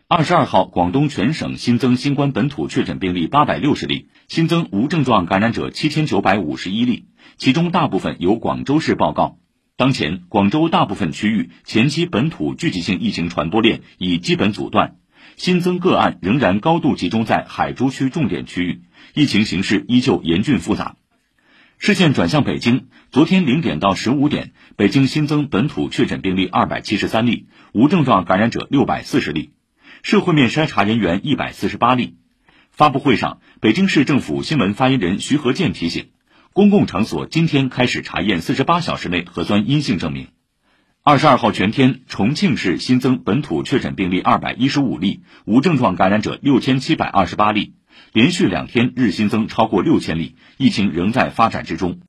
22号，广东全省新增新冠本土确诊病例860例，新增无症状感染者7951例，其中大部分由广州市报告。当前，广州大部分区域前期本土聚集性疫情传播链已基本阻断，新增个案仍然高度集中在海珠区重点区域，疫情形势依旧严峻复杂。视线转向北京，昨天0点到15点，北京新增本土确诊病例273例，无症状感染者640例，社会面筛查人员148例。发布会上，北京市政府新闻发言人徐和建提醒，公共场所今天开始查验48小时内核酸阴性证明。22号全天，重庆市新增本土确诊病例215例，无症状感染者6728例，连续2天日新增超过6000例，疫情仍在发展之中。